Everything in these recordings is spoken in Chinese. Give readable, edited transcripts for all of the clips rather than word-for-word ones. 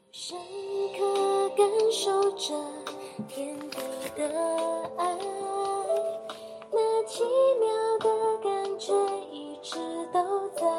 深刻感受着天地的爱，那奇妙的感觉一直都在。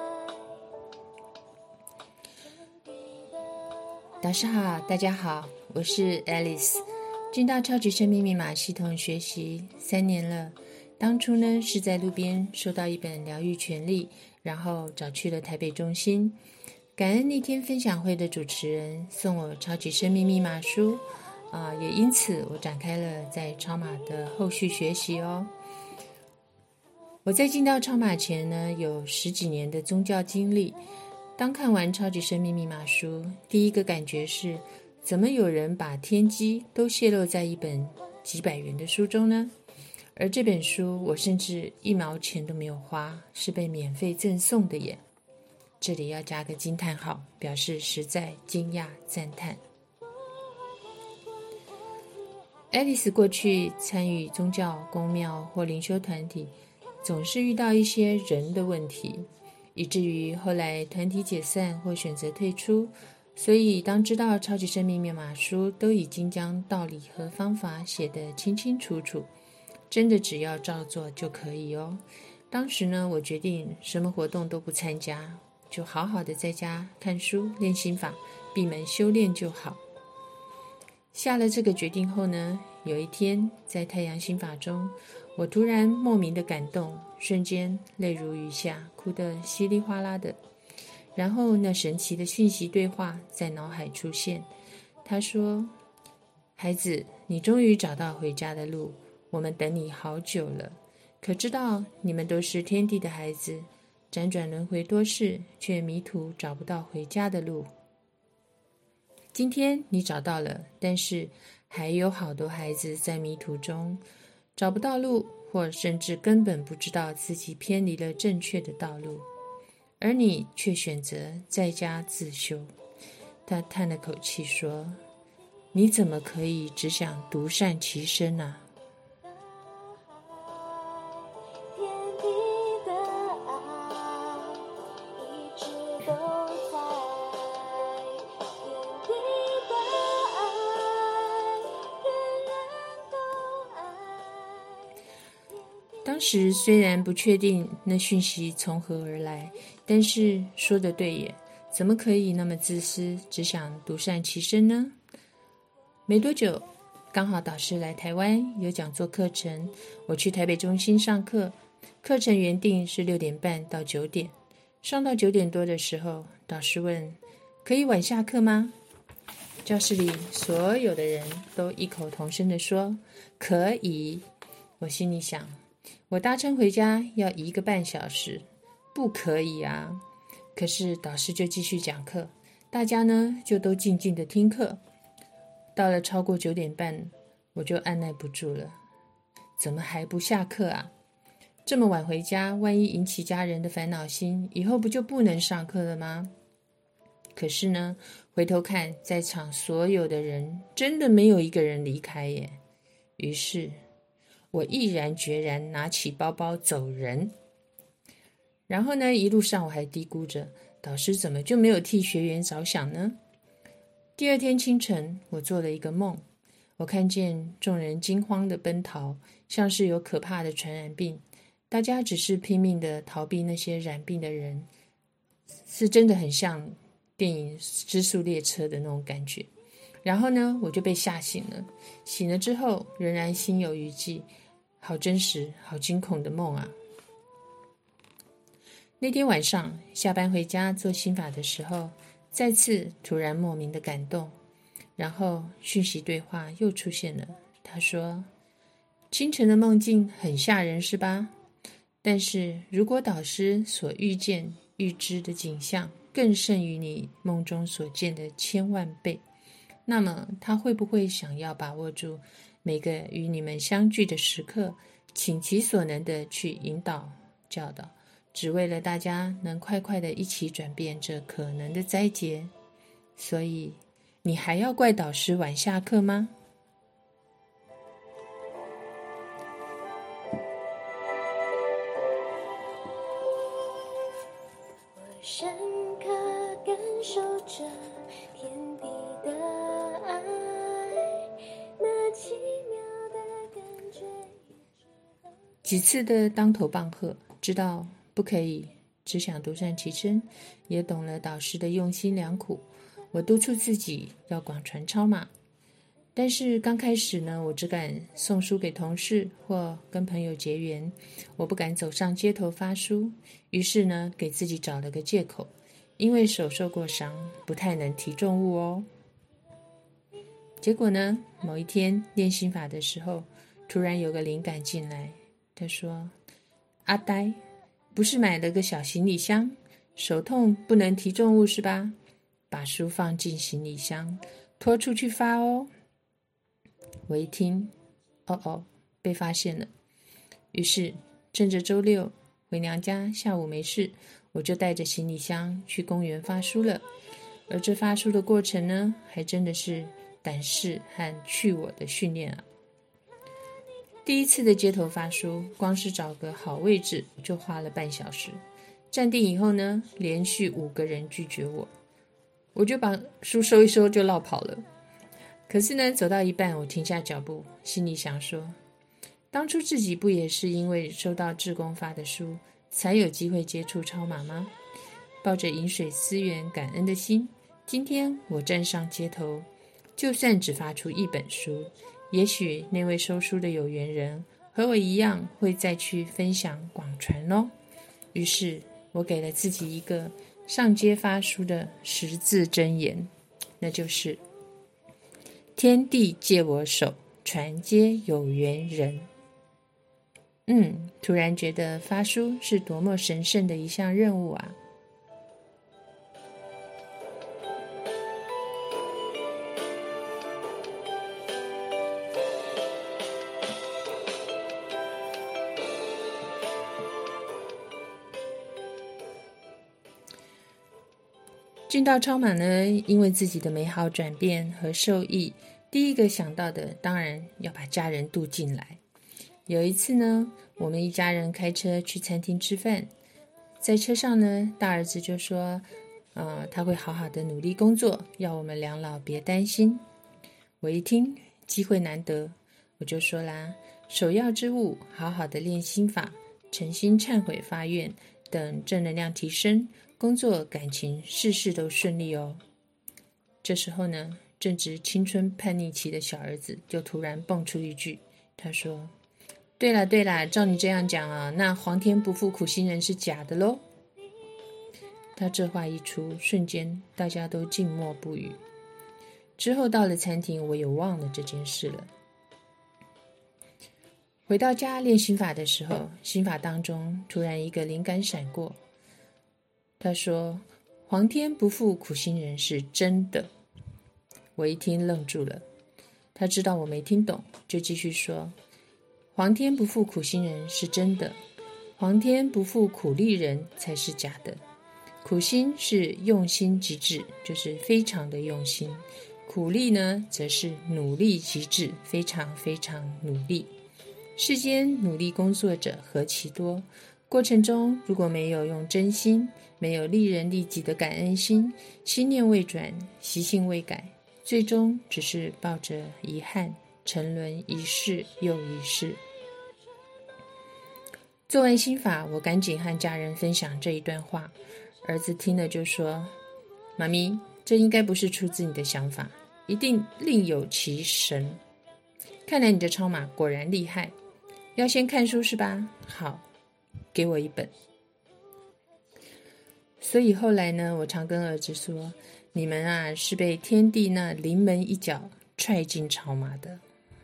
导师好，大家好，我是 Alice， 进到超级生命密码系统学习3年了。当初呢是在路边收到一本疗愈权利，然后找去了台北中心。感恩那天分享会的主持人送我超级生命密码书，也因此我展开了在超码的后续学习哦。我在进到超码前呢，有10几年的宗教经历。当看完超级生命密码书，第一个感觉是，怎么有人把天机都泄露在一本几百元的书中呢？而这本书我甚至1毛钱都没有花，是被免费赠送的耶。这里要加个惊叹号，表示实在惊讶赞叹。Alice 过去参与宗教、公庙或灵修团体，总是遇到一些人的问题，以至于后来团体解散或选择退出。所以当知道超级生命密码书都已经将道理和方法写得清清楚楚，真的只要照做就可以哦。当时呢，我决定什么活动都不参加，就好好的在家看书练心法，闭门修炼就好。下了这个决定后呢，有一天在太阳心法中，我突然莫名的感动，瞬间泪如雨下，哭得稀里哗啦的。然后那神奇的讯息对话在脑海出现，他说：孩子，你终于找到回家的路，我们等你好久了。可知道你们都是天地的孩子，辗转轮回多世，却迷途找不到回家的路。今天你找到了，但是还有好多孩子在迷途中找不到路，或甚至根本不知道自己偏离了正确的道路，而你却选择在家自修。他叹了口气说：你怎么可以只想独善其身啊？当时虽然不确定那讯息从何而来，但是说得对也，怎么可以那么自私，只想独善其身呢？没多久，刚好导师来台湾有讲座课程，我去台北中心上课，课程原定是6点半到9点，上到9点多的时候，导师问：可以晚下课吗？教室里所有的人都异口同声地说：可以。我心里想，我搭车回家要1个半小时，不可以啊。可是导师就继续讲课，大家呢就都静静的听课。到了超过9点半，我就按耐不住了，怎么还不下课啊？这么晚回家，万一引起家人的烦恼心，以后不就不能上课了吗？可是呢，回头看在场所有的人，真的没有一个人离开耶。于是我毅然决然拿起包包走人。然后呢，一路上我还嘀咕着，导师怎么就没有替学员着想呢？第2天清晨，我做了一个梦，我看见众人惊慌的奔逃，像是有可怕的传染病，大家只是拼命的逃避那些染病的人，是真的很像电影《失速列车》的那种感觉。然后呢，我就被吓醒了，醒了之后仍然心有余悸，好真实好惊恐的梦啊。那天晚上下班回家做心法的时候，再次突然莫名的感动，然后讯息对话又出现了。他说：清晨的梦境很吓人是吧？但是如果导师所预见预知的景象更胜于你梦中所见的1000万倍，那么他会不会想要把握住每个与你们相聚的时刻，倾其所能的去引导教导，只为了大家能快快的一起转变这可能的灾劫？所以你还要怪导师晚下课吗？ 我深刻感受着天地几次的当头棒喝，知道不可以只想独善其身，也懂了导师的用心良苦。我督促自己要广传超马，但是刚开始呢，我只敢送书给同事或跟朋友结缘，我不敢走上街头发书。于是呢，给自己找了个借口，因为手受过伤，不太能提重物哦。结果呢，某一天练心法的时候，突然有个灵感进来。他说：阿呆，不是买了个小行李箱，手痛不能提重物是吧？把书放进行李箱，拖出去发哦。我一听，被发现了。于是趁着周六回娘家，下午没事，我就带着行李箱去公园发书了。而这发书的过程呢，还真的是胆识和去我的训练啊。第一次的街头发书，光是找个好位置就花了半小时。站定以后呢，连续5个人拒绝我，我就把书收一收就落跑了。可是呢，走到一半，我停下脚步，心里想说，当初自己不也是因为收到志工发的书，才有机会接触超马吗？抱着饮水思源感恩的心，今天我站上街头，就算只发出1本书，也许那位收书的有缘人和我一样会再去分享广传哦。于是我给了自己一个上街发书的10字真言，那就是天地借我手，传接有缘人。突然觉得发书是多么神圣的一项任务啊。进到超马呢，因为自己的美好转变和受益，第一个想到的当然要把家人渡进来。有一次呢，我们一家人开车去餐厅吃饭，在车上呢，大儿子就说他会好好的努力工作，要我们两老别担心。我一听机会难得，我就说啦，首要之务好好的练心法，诚心忏悔发愿，等正能量提升，工作感情事事都顺利哦。这时候呢，正值青春叛逆期的小儿子就突然蹦出一句，他说，对啦，照你这样讲啊，那皇天不负苦心人是假的咯。他这话一出，瞬间大家都静默不语。之后到了餐厅，我也忘了这件事了。回到家练心法的时候，心法当中突然一个灵感闪过，他说，皇天不负苦心人是真的。我一听愣住了，他知道我没听懂，就继续说，皇天不负苦心人是真的，皇天不负苦力人才是假的。苦心是用心极致，就是非常的用心，苦力呢则是努力极致，非常非常努力。世间努力工作者何其多，过程中如果没有用真心，没有利人利己的感恩心，心念未转，习性未改，最终只是抱着遗憾，沉沦一世又一世。做完心法，我赶紧和家人分享这一段话。儿子听了就说，妈咪，这应该不是出自你的想法，一定另有其神。看来你的超马果然厉害，要先看书是吧？好，给我1本。所以后来呢，我常跟儿子说，你们啊是被天地那临门一脚踹进超马的。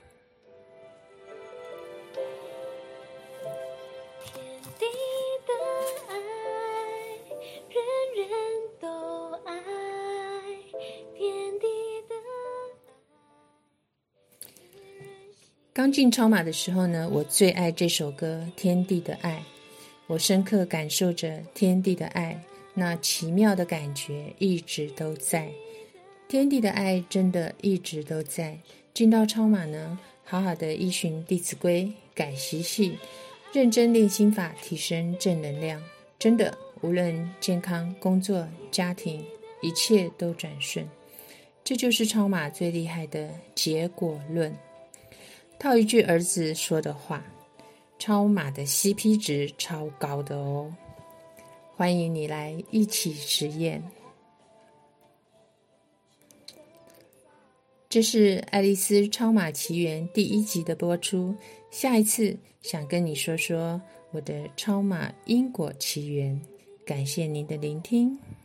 刚进超马的时候呢，我最爱这首歌《天地的爱》，我深刻感受着天地的爱，那奇妙的感觉一直都在。天地的爱真的一直都在。进到超马呢，好好的依循弟子规，改习性，认真练心法，提升正能量。真的，无论健康、工作、家庭，一切都转顺。这就是超马最厉害的结果论。套一句儿子说的话， 超马的 CP 值超高的哦，欢迎你来一起实验。这是《爱丽丝超马奇缘》第1集的播出，下一次想跟你说说我的超马因果奇缘。感谢您的聆听。